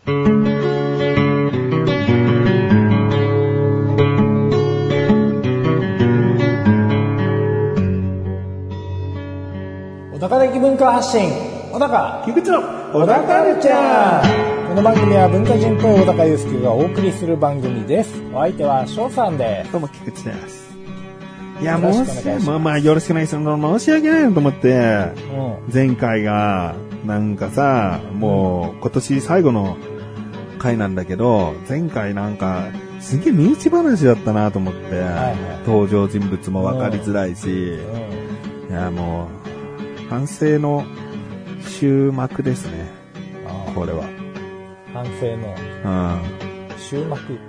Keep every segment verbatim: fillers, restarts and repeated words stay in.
小高的文化発信、小高菊池の小高カルチャー。この番組は文化人っぽい小高祐介がお送りする番組です。お相手は翔さんです。 どうも菊池です。いや、もうまあまあよろしくないです。申し訳ないなと思って、うん、前回がなんかさ、もう今年最後の回なんだけど、前回なんかすげえ身内話だったなと思って、はいはい、登場人物も分かりづらいし、うんうん、いやもう反省の終幕ですね。あ、これは反省の、うん、終幕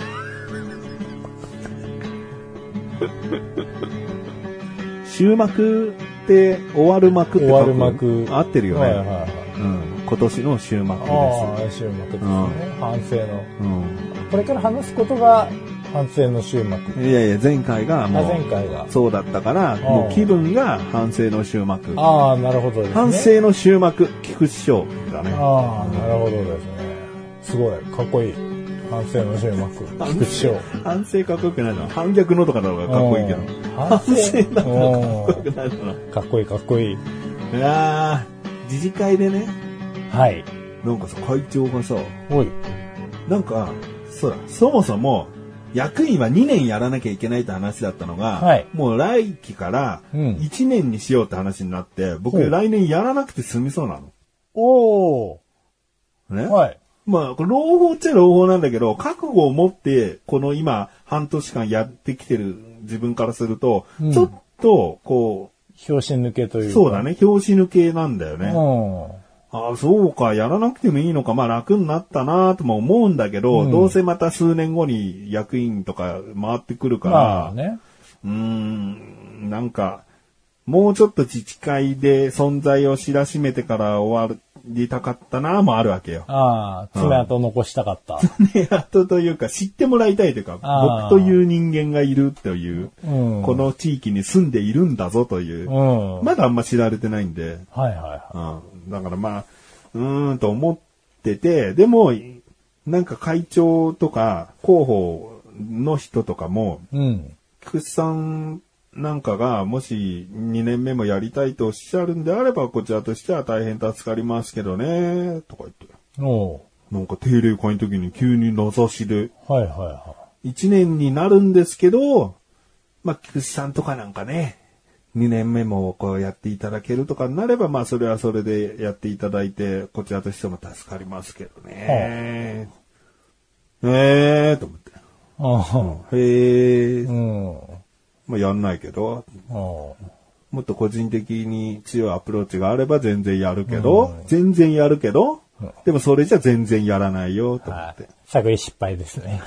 終幕って終わる幕って終わる幕合ってるよね、はいはいはい、うん、今年の終幕です。 ああ、終幕ですね、うん、反省の、うん、これから話すことが反省の終幕。 いやいや、前回がもう前回がそうだったから、もう気分が反省の終幕。 ああ、なるほどですね。 反省の終幕、菊池翔だね。 ああ、なるほどですね。すごい、かっこいい。反省の終幕、菊池翔。 反省かっこよくないの？反逆のとかの方がかっこいいけど。反省だとかっこよくないの？ かっこいい、かっこいい。いやー、自治会でね。 はい。 なんかさ、会長がさ、 おい。 なんか、そうだ、そもそも、役員はにねんやらなきゃいけないって話だったのが、はい、もう来期からいちねんにしようって話になって、うん、僕来年やらなくて済みそうなの。 おー。 ね。 はい。 まあ、朗報っちゃ朗報なんだけど、覚悟を持って、この今、半年間やってきてる自分からすると、うん、ちょっと、こう、 拍子抜けというか。 そうだね、拍子抜けなんだよね。 うんああ、そうか、やらなくてもいいのか、まあ楽になったなとも思うんだけど、うん、どうせまた数年後に役員とか回ってくるから、 まあね、 うーん、なんか、もうちょっと自治会で存在を知らしめてから終わりたかったなもあるわけよ。 ああ、爪痕残したかった。 爪痕というか、知ってもらいたいというか、僕という人間がいるという、うん、この地域に住んでいるんだぞという、うん、まだあんま知られてないんで、 はいはいはい。 うんだからまあ、うーんと思ってて、でも、なんか会長とか広報の人とかも、うん、菊池さんなんかがもしにねんめもやりたいとおっしゃるんであれば、こちらとしては大変助かりますけどね、とか言って。おなんか定例会の時に急に名指しで、 はいはいはい。 いちねんになるんですけど、まあ、菊池さんとかなんかね、にねんめもこうやっていただけるとかになれば、まあそれはそれでやっていただいて、こちらとしても助かりますけどね。はあ、えーと思って。ああへえ、うん。まあやんないけど、ああもっと個人的に強いアプローチがあれば全然やるけど、うん、全然やるけど、うん、でもそれじゃ全然やらないよと思って。はい、探り失敗ですね。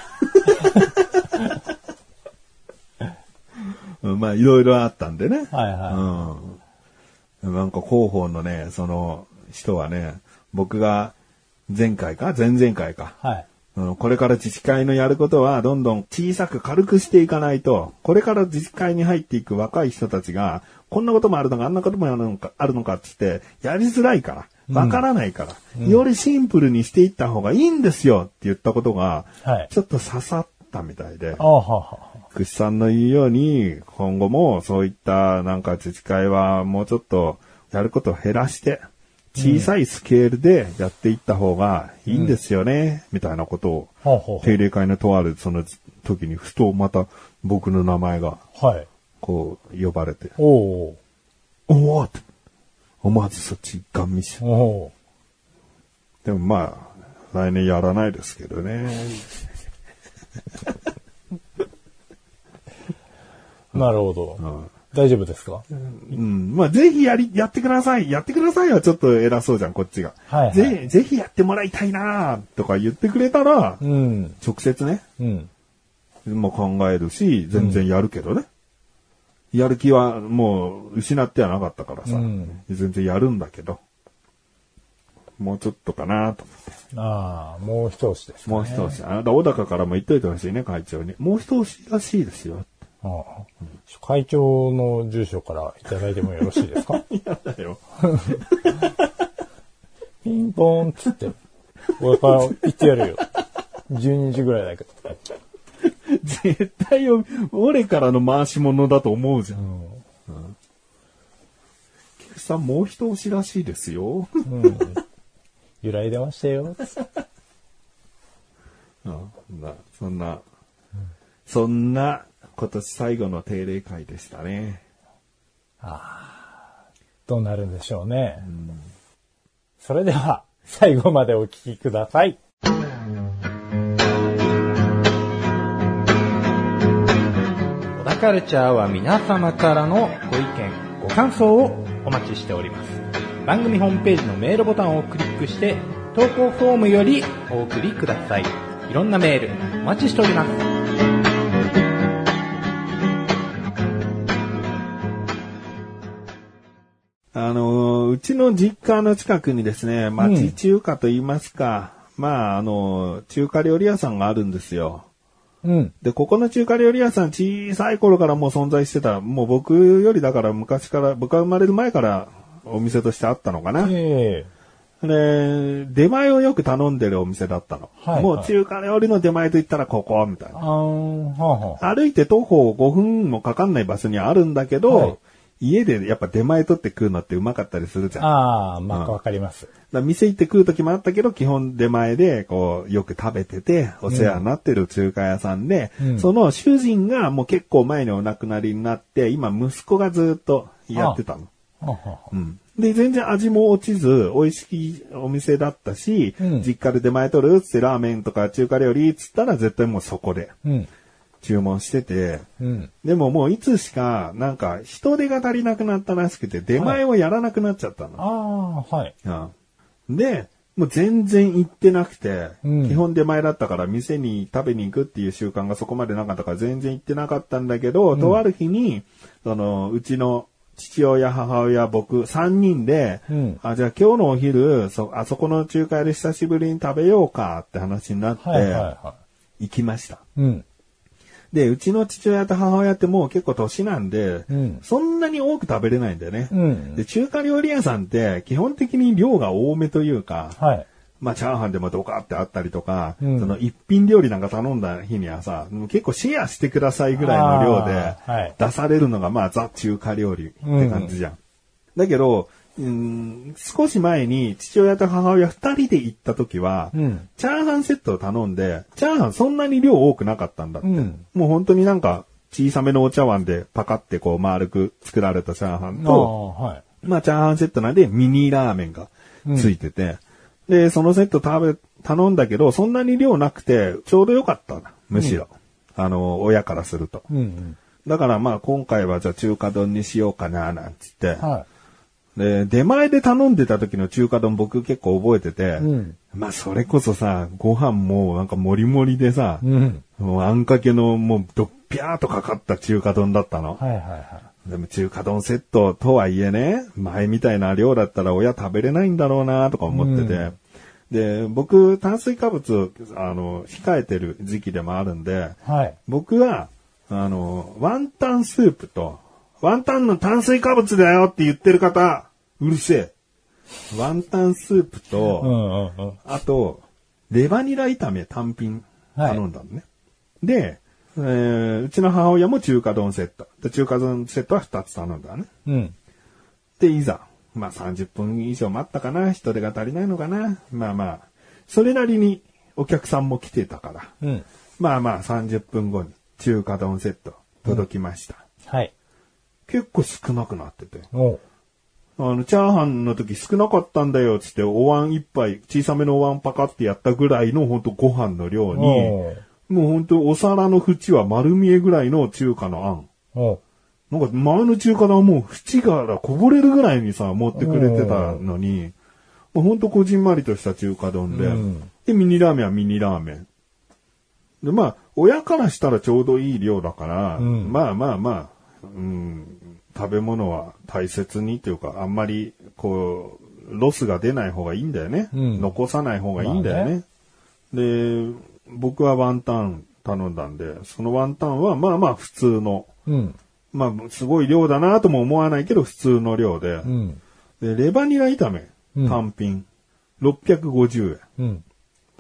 まあいろいろあったんでね。 はいはい。うん。なんか広報のね、その人はね、僕が前回か前々回か。はい。うん、これから自治会のやることはどんどん小さく軽くしていかないと、これから自治会に入っていく若い人たちが、こんなこともあるのか、あんなこともあるのか、あるのかって言って、やりづらいから、わからないから、うん、よりシンプルにしていった方がいいんですよって言ったことが、はい、ちょっと刺さったみたいで。あはは福士さんの言うように、今後もそういったなんか自治会はもうちょっとやることを減らして、小さいスケールでやっていった方がいいんですよね、うん、みたいなことを、定例会のとあるその時にふとまた僕の名前が、こう呼ばれて、はい、おーおーって思わずそっちガン見し。おでもまあ、来年やらないですけどね。 なるほど、うん。大丈夫ですか？ うん。まあ、ぜひやり、やってください。やってくださいはちょっと偉そうじゃん、こっちが。はい、はい。ぜ、ぜひやってもらいたいなとか言ってくれたら、うん、直接ね、うん。もう考えるし、全然やるけどね。うん、やる気はもう失ってはなかったからさ、うん、全然やるんだけど、もうちょっとかなと思って。 ああ、もう一押しですね。 もう一押し。あなた、小高からも言っといてほしいね、会長に。もう一押しらしいですよ。ああうん、会長の住所からいただいてもよろしいですか？ 嫌だよ。 ピンポーンっつって。 俺から言ってやるよ。じゅうにじぐらいだけど。 絶対俺からの回し物だと思うじゃん。うんうん、菊池さんもう一押しらしいですよ。うん、 揺らいでましたよ。 うん、なそんな、うん、そんな今年最後の定例会でしたね。 ああ、どうなるんでしょうね。うん、それでは最後までお聞きください。小田カルチャーは皆様からのご意見、ご感想をお待ちしております。番組ホームページのメールボタンをクリックして投稿フォームよりお送りください。いろんなメールお待ちしております。 あのうちの実家の近くにですね、町中華と言いますか、うん、まああの中華料理屋さんがあるんですよ。うん。で、ここの中華料理屋さん小さい頃からもう存在してた。もう僕よりだから昔から、僕が生まれる前からお店としてあったのかな。ええ。で、出前をよく頼んでるお店だったの。はい、はい。もう中華料理の出前と言ったらここ、みたいな。あはは歩いて徒歩ごふんもかかんない場所にあるんだけど、はい、家でやっぱ出前取って食うのってうまかったりするじゃん。 ああ、まあわ、うん、かります。 だ店行って食う時もあったけど、基本出前で、こう、よく食べてて、お世話になってる中華屋さんで、うん、その主人がもう結構前にお亡くなりになって、今息子がずっとやってたの。ああうん、で、全然味も落ちず、美味しいお店だったし、うん、実家で出前取るつってラーメンとか中華料理つったら絶対もうそこで。うん注文してて、うん、でももういつしかなんか人手が足りなくなったらしくて出前をやらなくなっちゃったの。 はい、ああ、はい、 うん。で、もう全然行ってなくて、うん、基本出前だったから店に食べに行くっていう習慣がそこまでなかったから全然行ってなかったんだけど、うん、とある日に、その、うちの父親、母親、僕さんにんで、うん、あ、じゃあ今日のお昼、そ、あそこの中華屋で久しぶりに食べようかって話になって、はいはいはい、行きました。うんで、うちの父親と母親ってもう結構年なんで、うん、そんなに多く食べれないんだよね、うん。で、中華料理屋さんって基本的に量が多めというか、はい、まあチャーハンでもドカってあったりとか、うん、その一品料理なんか頼んだ日にはさ、結構シェアしてくださいぐらいの量で出されるのがまあザ中華料理って感じじゃん。うん、だけど、うん、少し前に父親と母親二人で行った時は、うん、チャーハンセットを頼んで、チャーハンそんなに量多くなかったんだって。うん、もう本当になんか小さめのお茶碗でパカってこう丸く作られたチャーハンと、はい、まあチャーハンセットなんでミニラーメンがついてて、うん、で、そのセット食べ、頼んだけど、そんなに量なくてちょうどよかったな、むしろ。うん、あの、親からすると。うんうん、だからまあ今回はじゃあ中華丼にしようかな、なんつって、はいで、出前で頼んでた時の中華丼僕結構覚えてて、うん、まあそれこそさ、ご飯もなんかもりもりでさ、うん、もうあんかけのもうどっぴゃーとかかった中華丼だったの。はいはいはい。でも中華丼セットとはいえね、前みたいな量だったら親食べれないんだろうなとか思ってて、うん、で、僕炭水化物あの控えてる時期でもあるんで、はい、僕はあのワンタンスープとワンタンの炭水化物だよって言ってる方、うるせえ。ワンタンスープと、うんうんうん、あと、レバニラ炒め単品頼んだのね。はい、で、えー、うちの母親も中華丼セット。で中華丼セットはふたつ頼んだね。うん、で、いざ、まあさんじゅっぷん以上待ったかな。人手が足りないのかな。まあまあ、それなりにお客さんも来てたから。うん、まあまあさんじゅっぷんごに中華丼セット届きました。うん、はい。結構少なくなってて。おあの、チャーハンの時少なかったんだよ、つって、お椀一杯、小さめのお椀パカってやったぐらいの、ほんとご飯の量に、もうほんとお皿の縁は丸見えぐらいの中華のあん。おなんか前の中華のはもう縁からこぼれるぐらいにさ、持ってくれてたのに、もうほんとこじんまりとした中華丼で、うん、で、ミニラーメンはミニラーメン。で、まあ、親からしたらちょうどいい量だから、うん、まあまあまあ、うん、食べ物は大切にというか、あんまりこうロスが出ない方がいいんだよね、うん、残さない方がいいんだよね、まあね。で、僕はワンタン頼んだんで、そのワンタンはまあまあ普通の、うん、まあすごい量だなとも思わないけど普通の量で、うん、でレバニラ炒め単品、うん、ろっぴゃくごじゅうえん、うん、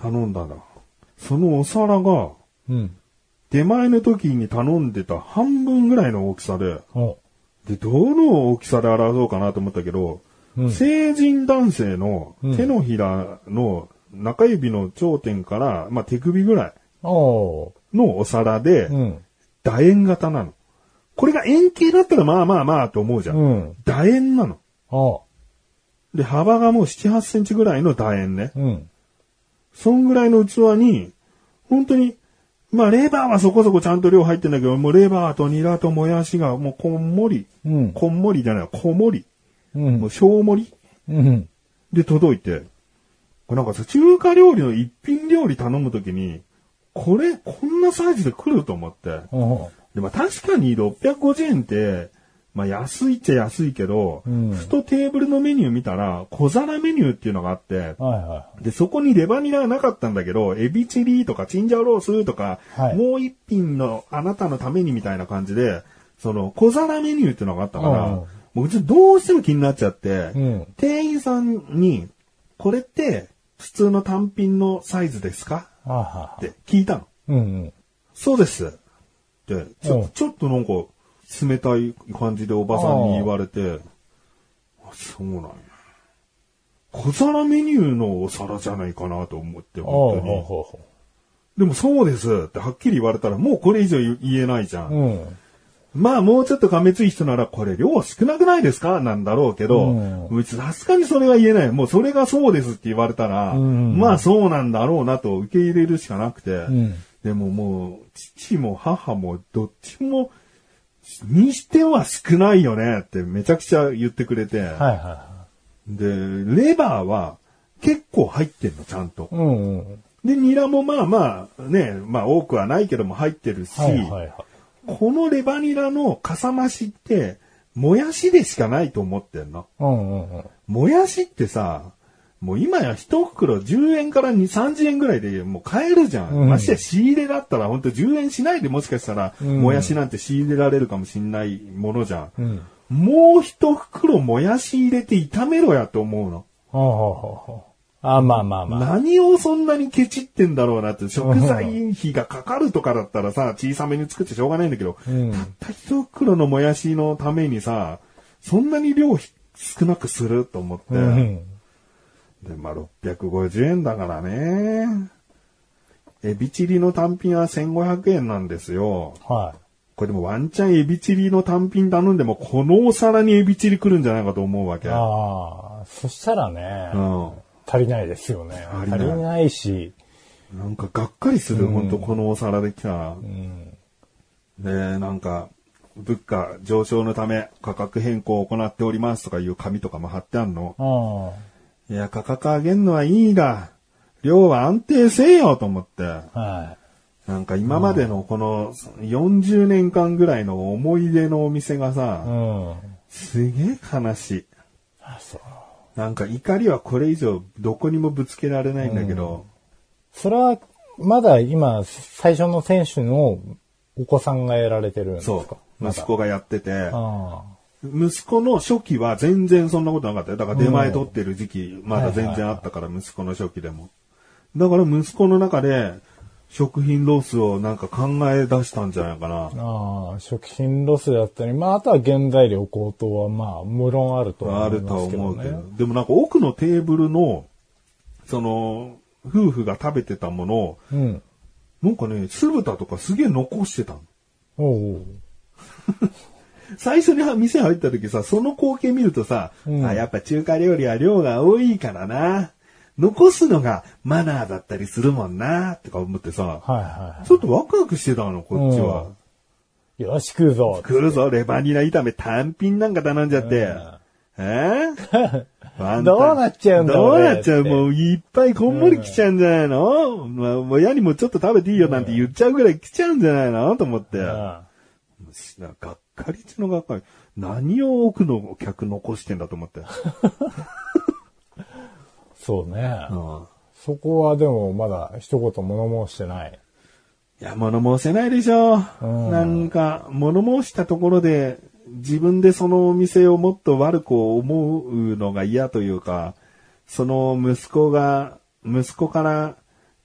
頼んだんだ。そのお皿が、 うん。 出前の時に頼んでた半分ぐらいの大きさで、で、どの大きさで表そうかなと思ったけど、うん、成人男性の手のひらの中指の頂点から、まあ、手首ぐらいのお皿で、うん、楕円型なの。これが円形だったらまあまあまあと思うじゃん。うん、楕円なの。で、幅がもうなな、はちセンチぐらいの楕円ね。うん、そんぐらいの器に、本当に、まあ、レバーはそこそこちゃんと量入ってんだけど、もうレバーとニラともやしがもうこんもり、うん、こんもりじゃない、こもり、うん、もう小盛り、うん、で届いて、これなんかさ、中華料理の一品料理頼むときに、これ、こんなサイズで来ると思って。でも確かにろっぴゃくごじゅうえんって、まあ安いっちゃ安いけど、うん、ふとテーブルのメニュー見たら、小皿メニューっていうのがあって、はいはい、で、そこにレバニラはなかったんだけど、エビチリとかチンジャオロースとか、はい、もう一品のあなたのためにみたいな感じで、その小皿メニューっていうのがあったから、うん、もううちどうしても気になっちゃって、うん、店員さんに、これって普通の単品のサイズですかって聞いたの。うんうん、そうです。で、ちょ、ちょっとなんか、冷たい感じでおばさんに言われて、あ、そうなんや。小皿メニューのお皿じゃないかなと思って、本当に。でもそうですってはっきり言われたらもうこれ以上言えないじゃん。うん、まあもうちょっとがめつい人ならこれ量少なくないですかなんだろうけど、うん、さすがにそれは言えない。もうそれがそうですって言われたら、うん、まあそうなんだろうなと受け入れるしかなくて、うん、でももう父も母もどっちもにしては少ないよねってめちゃくちゃ言ってくれて、はいはいはい、で、レバーは結構入ってんの、ちゃんと。うんうん、で、ニラもまあまあね、まあ多くはないけども入ってるし、はいはいはい、このレバニラのかさ増しって、もやしでしかないと思ってんの。うんうんうん、もやしってさ、もう今や一袋じゅうえんからに、さんじゅうえんぐらいでもう買えるじゃん。うん、ましてや仕入れだったら本当じゅうえんしないでもしかしたら、うん、もやしなんて仕入れられるかもしんないものじゃん。うん、もう一袋もやし入れて炒めろやと思うの。ほうほうほうほう、あ、まあまあまあ。何をそんなにケチってんだろうなって、食材費がかかるとかだったらさ、小さめに作ってしょうがないんだけど、うん、たった一袋のもやしのためにさ、そんなに量少なくすると思って。うん、で、まあ、ろっぴゃくごじゅうえんだからね。エビチリの単品はせんごひゃくえんなんですよ。はい。これでもワンチャンエビチリの単品頼んでも、このお皿にエビチリ来るんじゃないかと思うわけ。ああ、そしたらね、うん、足りないですよね。足りない。足りないし。 なんかがっかりする、うん、本当このお皿で来たら。うん、で、なんか、物価上昇のため価格変更を行っておりますとかいう紙とかも貼ってあんの。ああ、いや、価格上げんのはいいが、量は安定せえよと思って。はい。なんか今までのこのよんじゅうねんかんぐらいの思い出のお店がさ、うん、すげえ悲しい。あ、そう。なんか怒りはこれ以上どこにもぶつけられないんだけど。うん、 それはまだ今最初の選手のお子さんがやられてるんですか？ そう。息子がやってて。ああ、息子の初期は全然そんなことなかったよ。だから出前取ってる時期、まだ全然あったから、息子の初期でも。だから息子の中で食品ロスをなんか考え出したんじゃないかな。 ああ、食品ロスだったり、まああとは原材料高騰はまあ無論あると思いますけどね。あると思うけど。 でもなんか奥のテーブルの、その、夫婦が食べてたものを、うん、なんかね、酢豚とかすげえ残してたの。おうおう最初に店入った時さ、その光景見るとさ、うん、あ、やっぱ中華料理は量が多いからな。残すのがマナーだったりするもんな、とか思ってさ、はいはいはい、ちょっとワクワクしてたの、こっちは。 うん、よし、食うぞ。 食うぞ、レバニラ炒め単品なんか頼んじゃって。うん、えー、どうなっちゃうんだどうなっちゃうもういっぱいこんもり来ちゃうんじゃないの、うん、まあ、もう親にもちょっと食べていいよなんて言っちゃうぐらい来ちゃうんじゃないのと思って。うん、がっかりっちのがっかり。何を奥の客残してんだと思って。 そうね、うん。そこはでもまだ一言物申してない。 いや、物申せないでしょ。うん、なんか、物申したところで、自分でそのお店をもっと悪く思うのが嫌というか、その息子が、息子から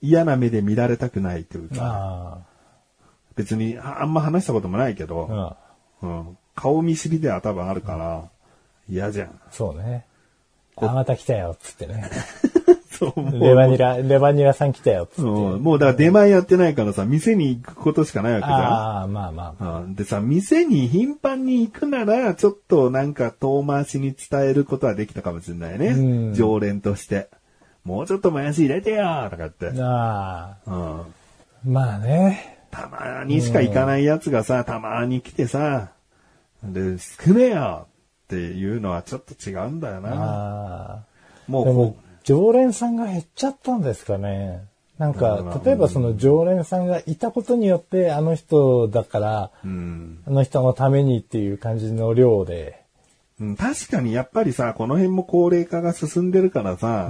嫌な目で見られたくないというか、 あ別にあんま話したこともないけど、うんうん、顔見知りでは多分あるから嫌じゃん。 そうね。あ、また来たよっつってね。 そうもうレバニラ、レバニラさん来たよっつって。 うん、もうだから出前やってないからさ、店に行くことしかないわけじゃん。 ああ、まあまあ。 うん、でさ、店に頻繁に行くなら、ちょっとなんか遠回しに伝えることはできたかもしれないね。 うん、 常連として。もうちょっともやし入れてよとか言って。 ああ。 うん、 まあね。 たまにしか行かないやつがさ、たまに来てさ、で、少ねえよっていうのはちょっと違うんだよな。 あもうでも、常連さんが減っちゃったんですかね。なんか、例えばその常連さんがいたことによって、あの人だから、うん、あの人のためにっていう感じの量で。 うん、確かにやっぱりさ、この辺も高齢化が進んでるからさ、 うん、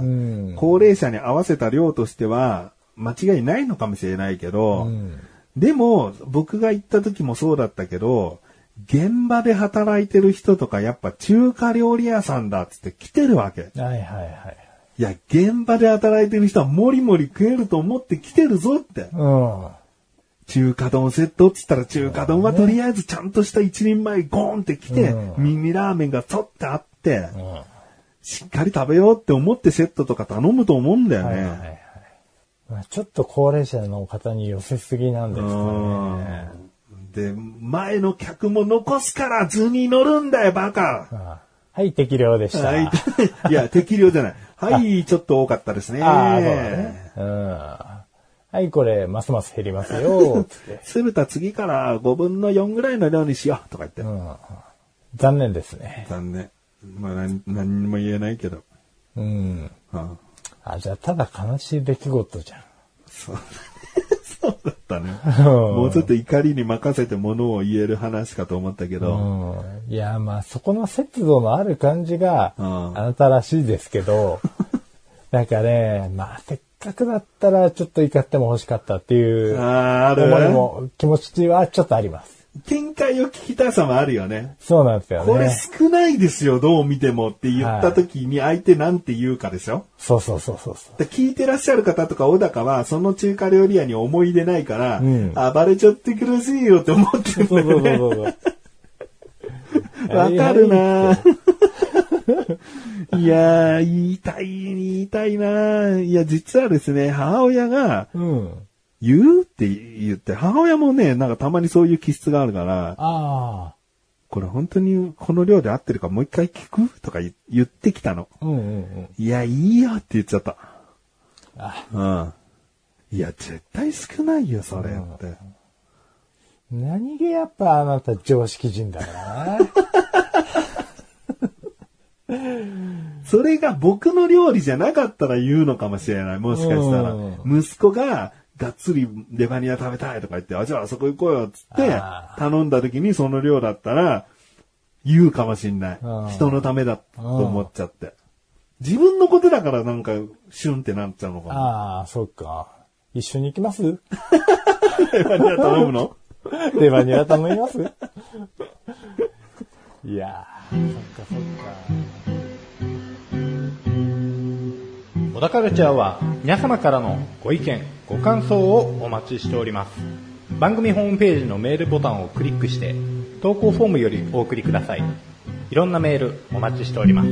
高齢者に合わせた量としては間違いないのかもしれないけど、うん、でも僕が行った時もそうだったけど、現場で働いてる人とかやっぱ中華料理屋さんだっつって来てるわけ。 はいはいはい。 いや、現場で働いてる人はもりもり食えると思って来てるぞって。 うん、 中華丼セットって言ったら中華丼はとりあえずちゃんとした一人前ゴーンって来て、うん、ミニラーメンがちょっとあって、うん、しっかり食べようって思ってセットとか頼むと思うんだよね。はいはいはい、 まあ、ちょっと高齢者の方に寄せすぎなんですかね。 で、前の客も残すから図に乗るんだよ、バカ。 ああ、はい、適量でした。 はい、いや、適量じゃない。はい、ちょっと多かったですね。 ああ、そうだね。うん。はい、これ、ますます減りますよ、つって。 すべた次からごぶんのよんぐらいの量にしよう、とか言って。うん、 残念ですね。 残念。まあ、何、何も言えないけど。 うん。ああ、じゃあ、ただ悲しい出来事じゃん。 そう。そうだったね。もうちょっと怒りに任せて物を言える話かと思ったけど。 うん、いや、まあ、そこの節度のある感じが、あなたらしいですけど、なんかね、まあ、せっかくだったらちょっと怒っても欲しかったっていう思いも、気持ちはちょっとあります。 見解を聞きたさもあるよね。 そうなんですよね。 これ少ないですよ、どう見てもって言った時に相手なんて言うかでしょ。 そうそうそうそうそう。 聞いてらっしゃる方とか小高はその中華料理屋に思い出ないから、うん、暴れちゃって苦しいよって思ってるんだよね。そうそうそうそう。わかるなぁ。いやー、言いたい、言いたいなぁ。いや、実はですね、母親が、うん言うって言って、母親もね、なんかたまにそういう気質があるから、ああ。これ本当にこの量で合ってるかもう一回聞くとか言ってきたの。うんうんうん。いや、いいよって言っちゃった。ああ。うん。いや、絶対少ないよ、それって。 うん、何気やっぱあなた常識人だからな。それが僕の料理じゃなかったら言うのかもしれない。もしかしたら。息子が、がっつりレバニラ食べたいとか言って、あ、じゃああそこ行こうよっつって頼んだ時にその量だったら言うかもしんない。人のためだと思っちゃって。自分のことだからなんかシュンってなっちゃうのかな。 ああ、そっか。一緒に行きますレバニラ頼むのレバニラ頼みますいやー、そっかそっか。 小田カルチャーは皆様からのご意見、ご感想をお待ちしております。番組ホームページのメールボタンをクリックして投稿フォームよりお送りください。いろんなメールお待ちしております。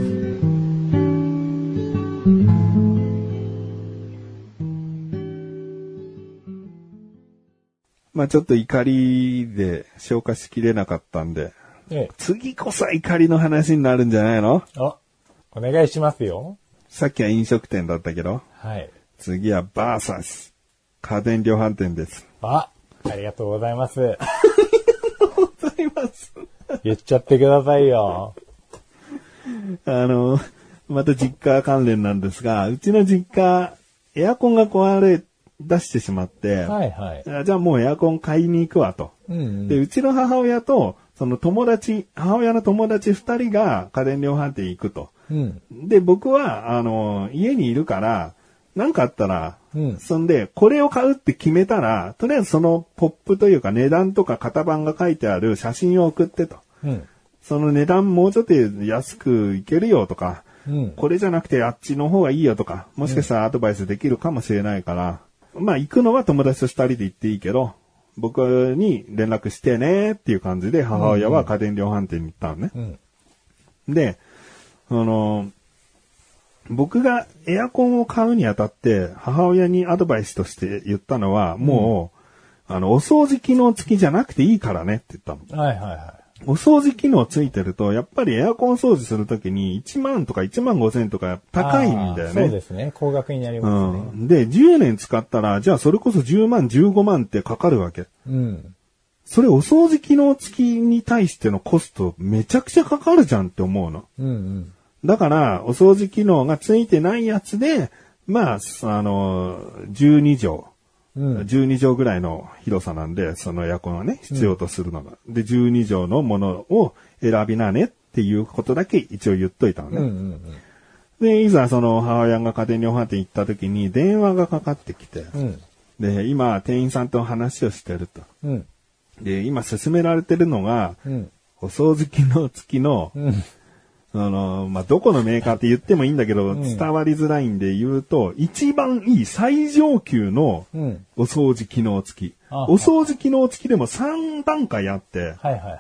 まあちょっと怒りで消化しきれなかったんで、ええ、次こそ怒りの話になるんじゃないの？ あ、お願いしますよ。 さっきは飲食店だったけど、はい。次はバーサス家電量販店です。 あ、ありがとうございます。 ありがとうございます。 言っちゃってくださいよ。 あの、また実家関連なんですが、うちの実家、エアコンが壊れ出してしまって、はいはい。じゃあもうエアコン買いに行くわと。うんうん、で、うちの母親と、その友達、母親の友達二人が家電量販店行くと。うん、で、僕は、あの、家にいるから、なんかあったら、うん、そんで、これを買うって決めたら、とりあえずそのポップというか値段とか型番が書いてある写真を送ってと。うん、その値段もうちょっと安くいけるよとか、うん、これじゃなくてあっちの方がいいよとか、もしかしたらアドバイスできるかもしれないから、 まあ行くのは友達と二人で行っていいけど、僕に連絡してねっていう感じで母親は家電量販店に行ったのね。うんうん、で、あの、僕がエアコンを買うにあたって母親にアドバイスとして言ったのは、もう、うん、あの、お掃除機能付きじゃなくていいからねって言ったの。はいはいはい。お掃除機能ついてると、やっぱりエアコン掃除するときにいちまんとかいちまんごせんとか高いんだよね。 そうですね。高額になりますね。 うん。で、じゅうねん使ったら、じゃあそれこそじゅうまん、じゅうごまんってかかるわけ。うん。それお掃除機能付きに対してのコストめちゃくちゃかかるじゃんって思うの。うんうん。だから、お掃除機能がついてないやつで、まあ、あの、じゅうにじょう。うん、じゅうにじょうぐらいの広さなんで、そのエアコンはね、必要とするのが。うん、で、じゅうにじょうのものを選びなねっていうことだけ一応言っといたのね。うんうんうん、で、いざその母親が家電量販店行った時に電話がかかってきて、うん、で、今店員さんと話をしてると。うん、で、今勧められてるのが、うん、お掃除機能付きの、うんあの、まあ、どこのメーカーって言ってもいいんだけど、うん、伝わりづらいんで言うと、一番いい最上級のお掃除機能付き。うん、お掃除機能付きでもさんだんかいあって、はいはいはい、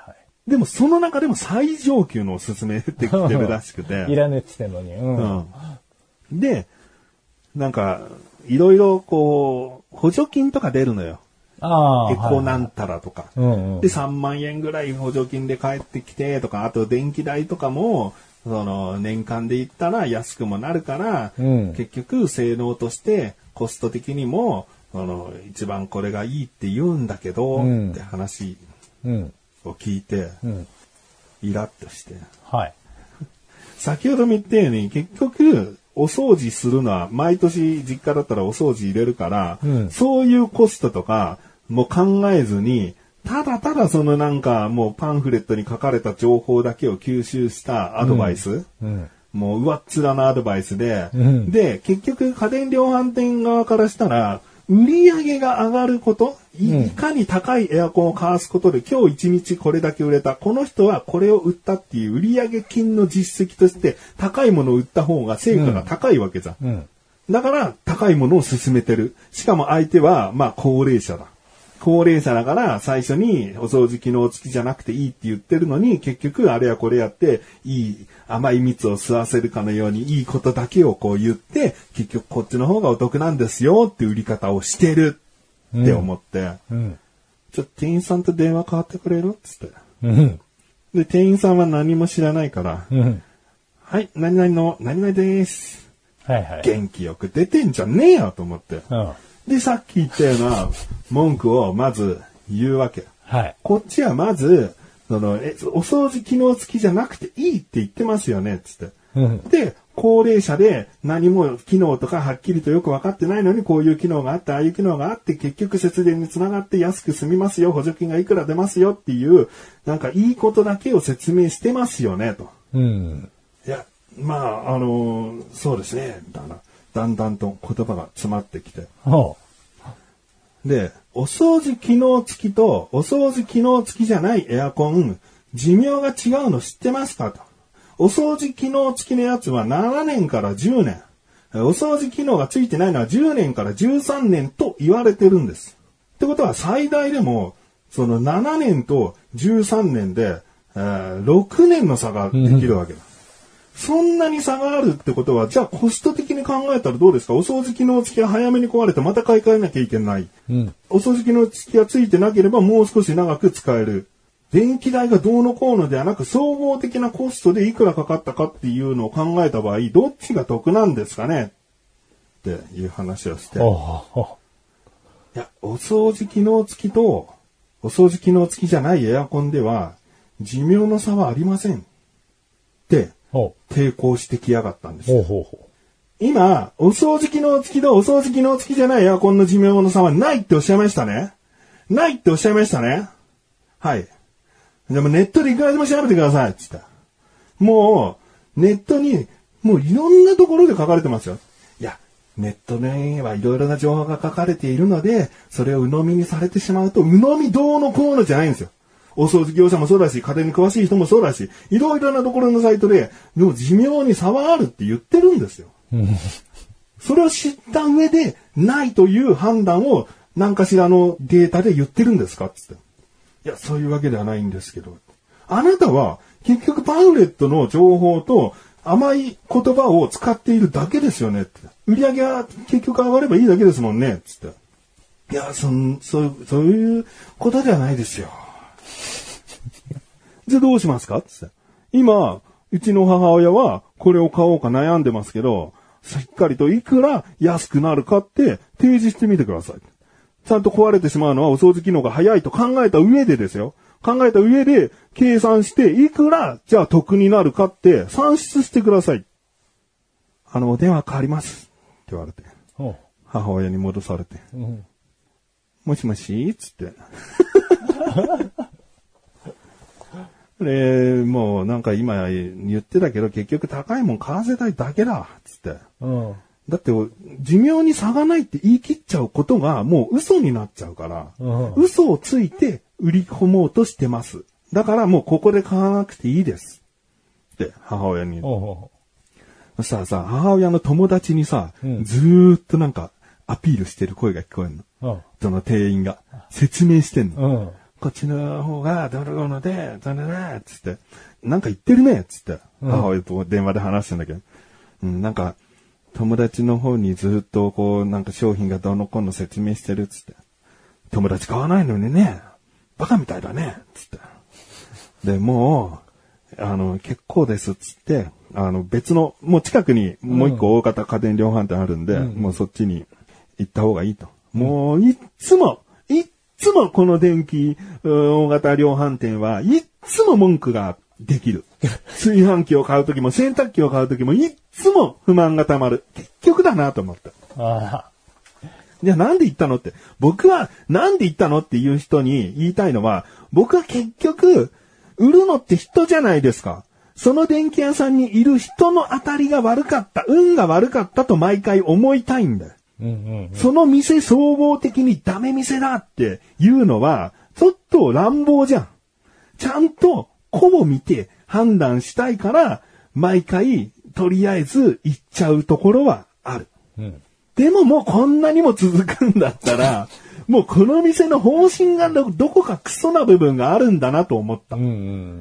でもその中でも最上級のを勧めてきてるらしくて。 いらねって言ってんのに、うんうん。で、なんか、いろいろこう、補助金とか出るのよ。あエコなんたらとか、はいはいうんうん。で、さんまんえんぐらい補助金で帰ってきてとか、あと電気代とかも、その年間で言ったら安くもなるから、うん、結局性能としてコスト的にも、その一番これがいいって言うんだけど、うん、って話を聞いて、うん、イラッとして。はい。先ほども言ったように結局、お掃除するのは毎年実家だったらお掃除入れるから、うん、そういうコストとかもう考えずに、ただただそのなんかもうパンフレットに書かれた情報だけを吸収したアドバイス、うんうん、もう上っ面なアドバイスで、うん、で、結局家電量販店側からしたら、売り上げが上がること、いかに高いエアコンを買わすことで、今日一日これだけ売れた。この人はこれを売ったっていう売上金の実績として高いものを売った方が成果が高いわけじゃん。うんうん、だから高いものを進めてる。しかも相手はまあ高齢者だ。高齢者だから最初にお掃除機能付きじゃなくていいって言ってるのに結局あれやこれやっていい甘い蜜を吸わせるかのようにいいことだけをこう言って結局こっちの方がお得なんですよって売り方をしてるって思って、うん、ちょっと店員さんと電話変わってくれるっつって、うん、で店員さんは何も知らないから、うん、はい何々の何々です、はいはい、元気よく出てんじゃねえよと思って、うんで、さっき言ったような文句をまず言うわけ。はい。こっちはまず、その、え、お掃除機能付きじゃなくていいって言ってますよね、つって。うん、で、高齢者で何も機能とかはっきりとよく分かってないのにこういう機能があって、ああいう機能があって結局節電につながって安く済みますよ、補助金がいくら出ますよっていう、なんかいいことだけを説明してますよね、と。うん。いや、まあ、あのー、そうですね、だな。だんだんと言葉が詰まってきて。で、お掃除機能付きとお掃除機能付きじゃないエアコン、寿命が違うの知ってますかと。お掃除機能付きのやつはななねんからじゅうねん。お掃除機能が付いてないのはじゅうねんからじゅうさんねんと言われてるんです。ってことは最大でも、そのななねんとじゅうさんねんで、えー、ろくねんの差ができるわけだ。そんなに差があるってことは、じゃあコスト的に考えたらどうですか？お掃除機能付きは早めに壊れてまた買い替えなきゃいけない。うん、お掃除機能付きが付いてなければもう少し長く使える。電気代がどうのこうのではなく、総合的なコストでいくらかかったかっていうのを考えた場合、どっちが得なんですかねっていう話をして。いや、お掃除機能付きと、お掃除機能付きじゃないエアコンでは、寿命の差はありません。って、抵抗してきやがったんですよ。ほうほうほう。今、お掃除機能付きとお掃除機能付きじゃないエアコンの寿命の差はないっておっしゃいましたね。ないっておっしゃいましたね。はい。でもネットでいくらでも調べてくださいって言った。もう、ネットに、もういろんなところで書かれてますよ。いや、ネットにはいろいろな情報が書かれているので、それを鵜呑みにされてしまうと、鵜呑みどうのこうのじゃないんですよ。お掃除業者もそうだし、家電に詳しい人もそうだし、いろいろなところのサイトで、でも寿命に差はあるって言ってるんですよ。 それを知った上で、ないという判断を何かしらのデータで言ってるんですかつって。いや、そういうわけではないんですけど。あなたは、結局パンフレットの情報と甘い言葉を使っているだけですよねって。売り上げは結局上がればいいだけですもんねつって。いや、そん、そう、そういうことではないですよ。じゃあどうしますかつって。今、うちの母親はこれを買おうか悩んでますけど、しっかりといくら安くなるかって提示してみてください。ちゃんと壊れてしまうのはお掃除機能が早いと考えた上でですよ。考えた上で計算していくらじゃあ得になるかって算出してください。あの、お電話変わりますって言われて。母親に戻されて。うん、もしもしつって。で、もうなんか今言ってたけど結局高いもん買わせたいだけだつって。うん、だって寿命に差がないって言い切っちゃうことがもう嘘になっちゃうから、うん、嘘をついて売り込もうとしてます。だからもうここで買わなくていいです。って母親に言う。おうおうそしたらさ、母親の友達にさ、うん、ずーっとなんかアピールしてる声が聞こえるの。うん、その店員が説明してんの。うん、こっちの方がどれどれで、どれだつって、なんか言ってるねつって、母親と電話で話してんだけど、うん、なんか友達の方にずっとこうなんか商品がどのこの説明してるっつって、友達買わないのにね、バカみたいだねつって、でもうあの結構ですっつって、あの別のもう近くにもう一個大型家電量販店あるんで、うん、もうそっちに行った方がいいと、もういっつもいっつもこの電気大型量販店はいっつも文句ができる。炊飯器を買うときも洗濯機を買うときもいっつも不満が溜まる。結局だなと思った。ああ。じゃあなんで言ったのって。僕はなんで言ったのっていう人に言いたいのは、僕は結局、売るのって人じゃないですか。その電気屋さんにいる人の当たりが悪かった、運が悪かったと毎回思いたいんだよ。うんうんうん、その店総合的にダメ店だっていうのは、ちょっと乱暴じゃん。ちゃんと個を見て判断したいから、毎回とりあえず行っちゃうところはある。うん、でももうこんなにも続くんだったら、もうこの店の方針がどこかクソな部分があるんだなと思った。うんうん、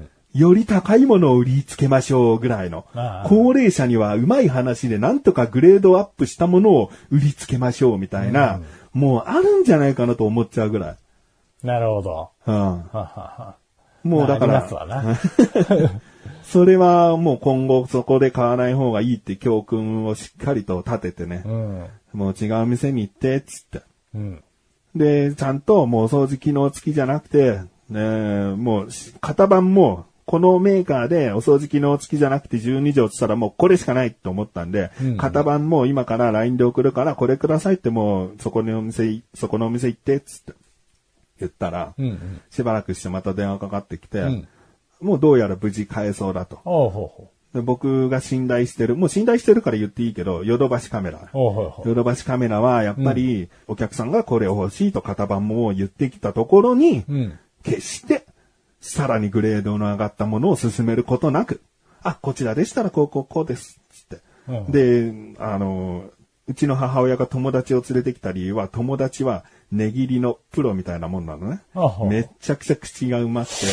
より高いものを売りつけましょうぐらいの。ああ高齢者にはうまい話でなんとかグレードアップしたものを売りつけましょうみたいな、うん、もうあるんじゃないかなと思っちゃうぐらい。 なるほど。うん、はははもうだから、それはもう今後そこで買わない方がいいって教訓をしっかりと立ててね、うん、もう違う店に行ってっつって、うん、でちゃんともう掃除機能付きじゃなくて、ね、もう型番もこのメーカーでお掃除機能付きじゃなくてじゅうにじょうって言ったらもうこれしかないと思ったんで、うん、型番も今から ライン で送るからこれくださいってもうそこのお店そこのお店行ってっつって言ったら、うんうん、しばらくしてまた電話かかってきて、うん、もうどうやら無事買えそうだと。おうほうほうで僕が信頼してる、もう信頼してるから言っていいけど、ヨドバシカメラ。おうほうほうヨドバシカメラはやっぱりお客さんがこれを欲しいと型番も言ってきたところに、うん、決してさらにグレードの上がったものを進めることなく、あ、こちらでしたらこうこうこうです。つって。うん、で、あの、うちの母親が友達を連れてきた理由は、友達は値切りのプロみたいなもんなのね。めっちゃくちゃ口がうまくて。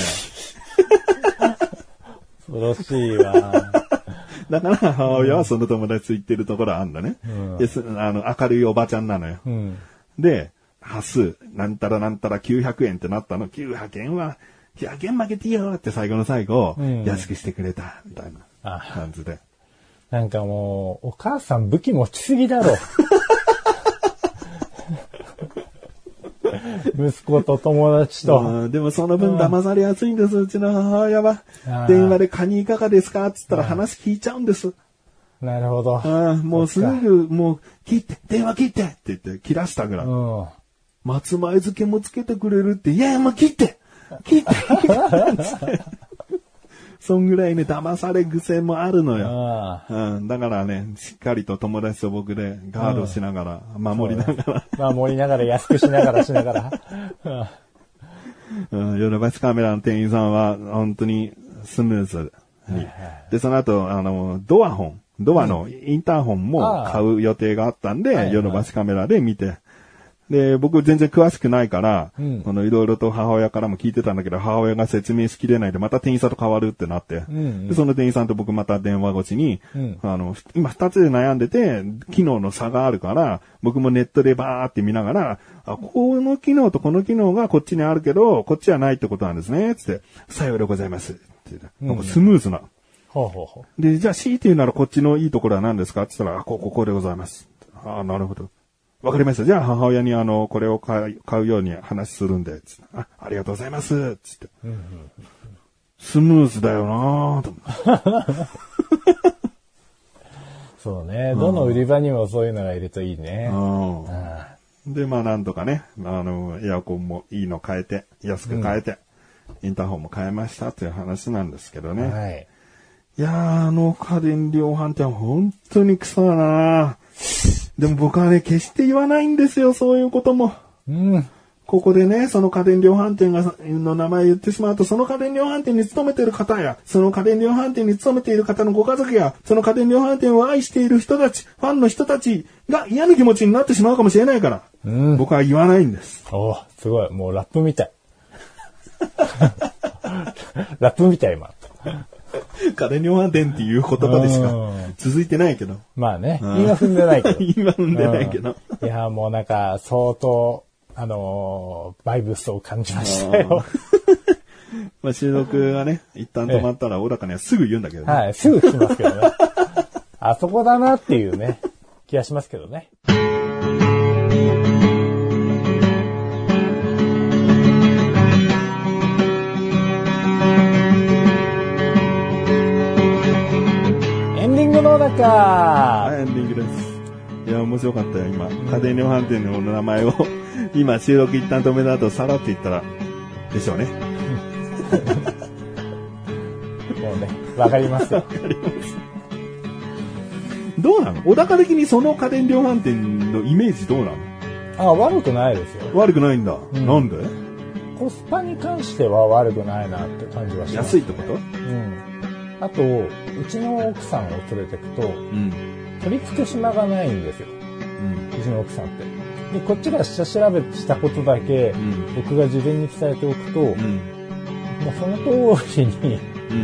恐ろしいわ。 だから母親はその友達と行ってるところあんだね。うん、であの明るいおばちゃんなのよ。うん、で、端数、なんたらなんたらきゅうひゃくえんってなったの。きゅうひゃくえんは、ひゃくえん負けていいよって最後の最後、うん、安くしてくれた、みたいな感じで。 なんかもう、お母さん武器持ちすぎだろ。息子と友達と。 でもその分騙されやすいんです、うちの母親は。電話でカニいかがですかって言ったら話聞いちゃうんです。 なるほど。 あもうすぐ、もう、切って、電話切ってって言って切らしたぐらい。うん、松前漬けもつけてくれるって、いやいやもう切って切ってそんぐらいね、騙され癖もあるのよ。うん、だからね、しっかりと友達と僕でガードしながら、うん、守りながら。守りながら、安くしながらしながら。 うん、ヨドバシカメラの店員さんは本当にスムーズに。で、その後、あの、ドアホン。 ドアのインターホンも買う予定があったんで、ヨドバシカメラで見て、で、僕全然詳しくないから、うん、あの、いろいろと母親からも聞いてたんだけど、母親が説明しきれないで、また店員さんと変わるってなって、うんうん、で、その店員さんと僕また電話越しに、うん、あの、今二つで悩んでて、機能の差があるから、僕もネットでバーって見ながら、あ、この機能とこの機能がこっちにあるけど、こっちはないってことなんですね、つって、さようでございます。って言って、なんかスムーズな。うん、 ほうほうほう。で、じゃあ C っていうならこっちのいいところは何ですかって言ったら、あ、ここ、ここでございます。ああ、なるほど。わかりました。じゃあ母親にあの、これを買う、買うように話するんで、つってあ、ありがとうございます、つって。うんうんうん、スムーズだよなぁ、と思って。 そうね。どの売り場にもそういうのがいるといいね。うんうん、で、まあなんとかね、あの、エアコンもいいの変えて、安く変えて、うん、インターホンも変えましたっていう話なんですけどね。はい。いやー、あの家電量販店は本当にクソだなぁ。でも僕はね、決して言わないんですよ、そういうことも。うん。ここでね、その家電量販店が、の名前言ってしまうと、その家電量販店に勤めている方や、その家電量販店に勤めている方のご家族や、その家電量販店を愛している人たち、ファンの人たちが嫌な気持ちになってしまうかもしれないから、うん、僕は言わないんです。 おー、すごい。もうラップみたい。ラップみたい、今。 家電量販店っていう言葉でしか続いてないけど。 まあね、今踏んでないけど。 今踏んでないけど。 いや、もうなんか、相当、あのー、バイブスを感じましたよ。 まあ収録がね、一旦止まったら、小高にはすぐ言うんだけどね。 はい、すぐ来ますけどね。あそこだなっていうね、気がしますけどね。 はい、エンディングです。いや、面白かったよ、今。家電量販店の名前を、今、収録一旦止めた後、さらって言ったら、でしょうね。 もうね、わかりますよ。わかります。 どうなの？小高的にその家電量販店のイメージどうなの？ あ、悪くないですよ。 悪くないんだ。うん、なんで？ コスパに関しては悪くないなって感じはします。 安いってこと？うん。 あと、うちの奥さんを連れてくと、うん、取り付け島がないんですよ。うん、うちの奥さんって。で、こっちが下調べしたことだけ、うん、僕が事前に伝えておくと、うん、もうその通りに、うん、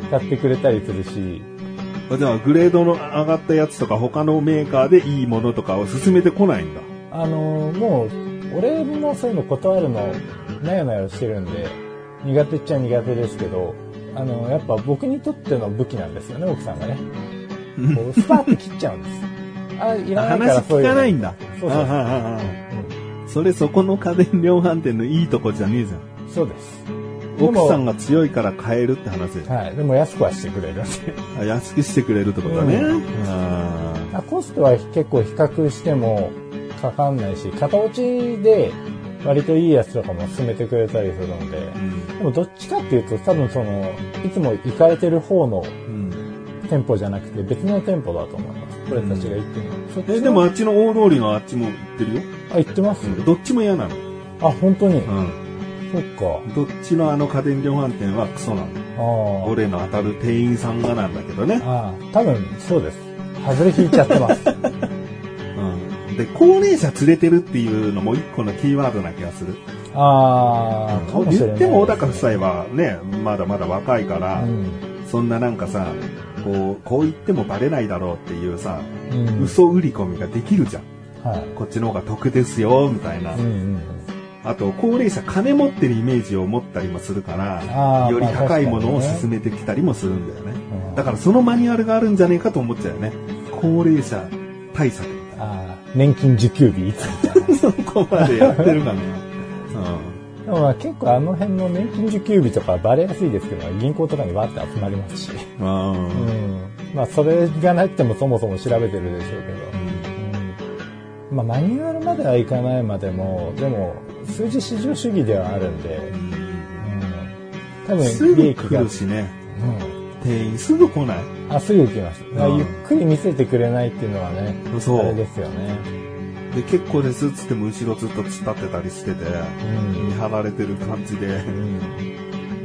買ってくれたりするし。 じゃあ、グレードの上がったやつとか、他のメーカーでいいものとかを勧めてこないんだ。 あのー、もう、俺もそういうの断るの、なよなよしてるんで、苦手っちゃ苦手ですけど、あの、やっぱ僕にとっての武器なんですよね、奥さんがね。こうスパーって切っちゃうんです。あ、いらないからそういう。 話聞かないんだ。そうそう。あはははうん、それそこの家電量販店のいいとこじゃねえじゃん。 そうです。 奥さんが強いから買えるって話。 はい。でも安くはしてくれる。 あ、安くしてくれるってことだね。うん、 あコストは結構比較してもかかんないし、片落ちで割といいやつとかも進めてくれたりするので、うん、でもどっちかっていうと多分そのいつも行かれてる方の店舗じゃなくて別の店舗だと思います。これたちが行ってるの。 うん、えでもあっちの大通りのあっちも行ってるよ。 あ、行ってます、うん、 どっちも嫌なの。 あ、本当に。うん。そっか。 どっちのあの家電量販店はクソなの。あ俺の当たる店員さんがなんだけどね。 ああ、多分そうです。外れ引いちゃってます。 うん。で、高齢者連れてるっていうのも一個のキーワードな気がする。 ああ、かもしれない、 言っても小高夫妻はね、まだまだ若いから、うん、そんななんかさ、こう、こう言ってもバレないだろうっていうさ、うん、嘘売り込みができるじゃん。はい、こっちの方が得ですよ、みたいな。うんうん、あと、高齢者金持ってるイメージを持ったりもするから、より高いものを勧めてきたりもするんだよね。まあ、だからそのマニュアルがあるんじゃねえかと思っちゃうよね。高齢者対策みたいな。ああ、 年金受給日いつみたいな。 そこまでやってるかな。うんでもまあ結構あの辺の年金受給日とかバレやすいですけど、銀行とかにわって集まりますし。あうん、まあそれがなくてもそもそも調べてるでしょうけど。うん、まあマニュアルまではいかないまでも、でも数字市場主義ではあるんで、うん、 多分利益が。すぐ来るしね。うん、店員すぐ来ない？ あ、すぐ来ます。ゆっくり見せてくれないっていうのはね、そうあれですよね。 で結構ですっつっても後ろずっと突っ立ってたりしてて、うん、見張られてる感じで、うん、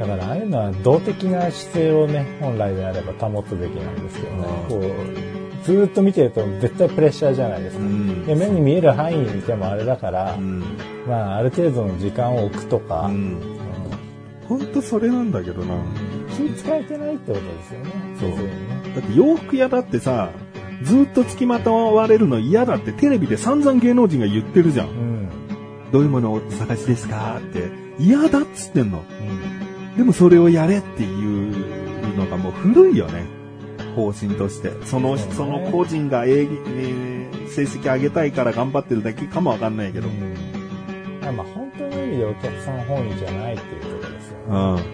だからああいうのは動的な姿勢をね本来であれば保つべきなんですけどね、こずーっと見てると絶対プレッシャーじゃないですか。うん、で目に見える範囲にいてもあれだから、うん、まあある程度の時間を置くとか。うんうん、 ほんとそれなんだけどな。 気使えてないってことですよね。 そう。ね、だって洋服屋だってさ、ずっと付きまとわれるの嫌だってテレビで散々芸能人が言ってるじゃん。うん、どういうものをお探しですかって嫌だっつってんの、うん。でもそれをやれっていうのがもう古いよね。方針として。その、その個人が、えー、成績上げたいから頑張ってるだけかもわかんないけど。うん、 まあ本当の意味でお客さん本位じゃないっていうことですよね。うんうん、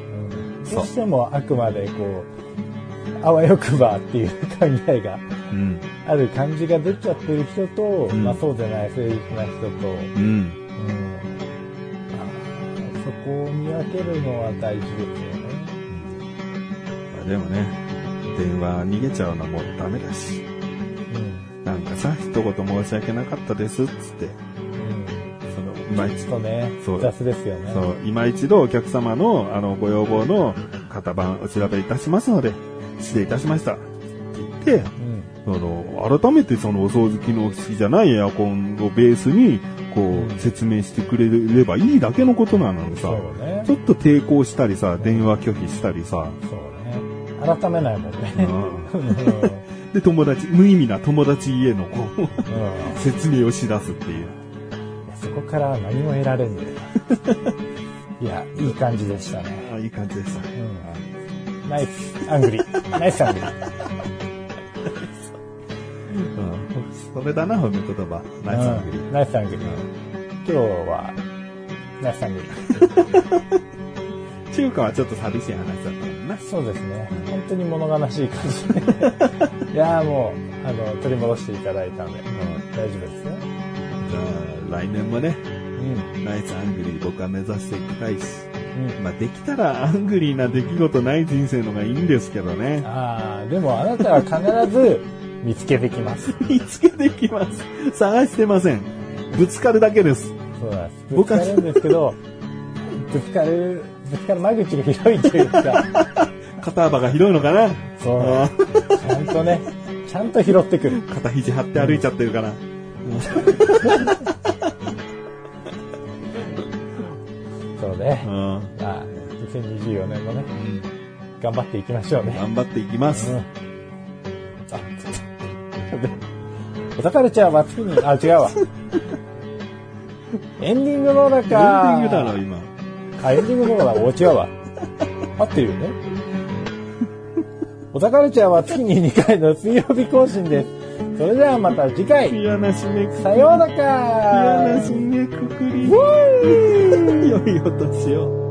どうしてもあくまでこう、あわよくばっていう考えがある感じが出ちゃってる人と、うん、まあそうじゃない誠実な人と、うんうん、そこを見分けるのは大事ですよね。 うん、でもね、電話逃げちゃうのもダメだし、うん、なんかさ、一言申し訳なかったですっつって、うん、 その今一度ね、雑ですよね。 そう、今一度お客様のあのご要望の型番お調べいたしますので失礼いたしましたって言って、うん、その改めてそのお掃除機能式じゃないエアコンをベースにこう、うん、説明してくれればいいだけのことなのにさ、ね、ちょっと抵抗したりさ、電話拒否したりさ、そう改めないもんね。 で、友達、無意味な友達へのこう、うん、説明をし出すっていう。いや、 そこから何も得られんねいや、いい感じでしたね。 あ、いい感じでした。 うん、ナイスアングリー。ナイスアングリー。 うん、それだな、褒め言葉。ナイスアングリー。 うん、ナイスアングリー。今日は、ナイスアングリー。 中華はちょっと寂しい話だったもんな。 そうですね。本当に物悲しい感じで。いやーもう、あの、取り戻していただいたんで、うん、大丈夫ですよ。 じゃあ、来年もね、うん、ナイスアングリー僕は目指していきたいし、うん、まあできたらアングリーな出来事ない人生の方がいいんですけどね。 ああ、でもあなたは必ず見つけてきます。 見つけてきます。探してません。ぶつかるだけです。 そうなんです。ぶつかるんですけど、ぶつかる、ぶつかる間口が広いというか肩幅が広いのかな。 そうちゃんとねちゃんと拾ってくる。 肩肘張って歩いちゃってるかな、うん、 そうね、うん、まあにせんにじゅうよねんもね、うん、頑張っていきましょうね。 頑張っていきます、うん、あおたかれちゃんは月にあ違うわエンディングの中エンディングだろ今。 あ、エンディングの方だ。お、違うわ。合ってるよね。おたかれちゃんは月ににかいの水曜日更新です。それではまた次回。 嫌な締めくくり。 さようなら。 嫌な締めくくり。良いお年を。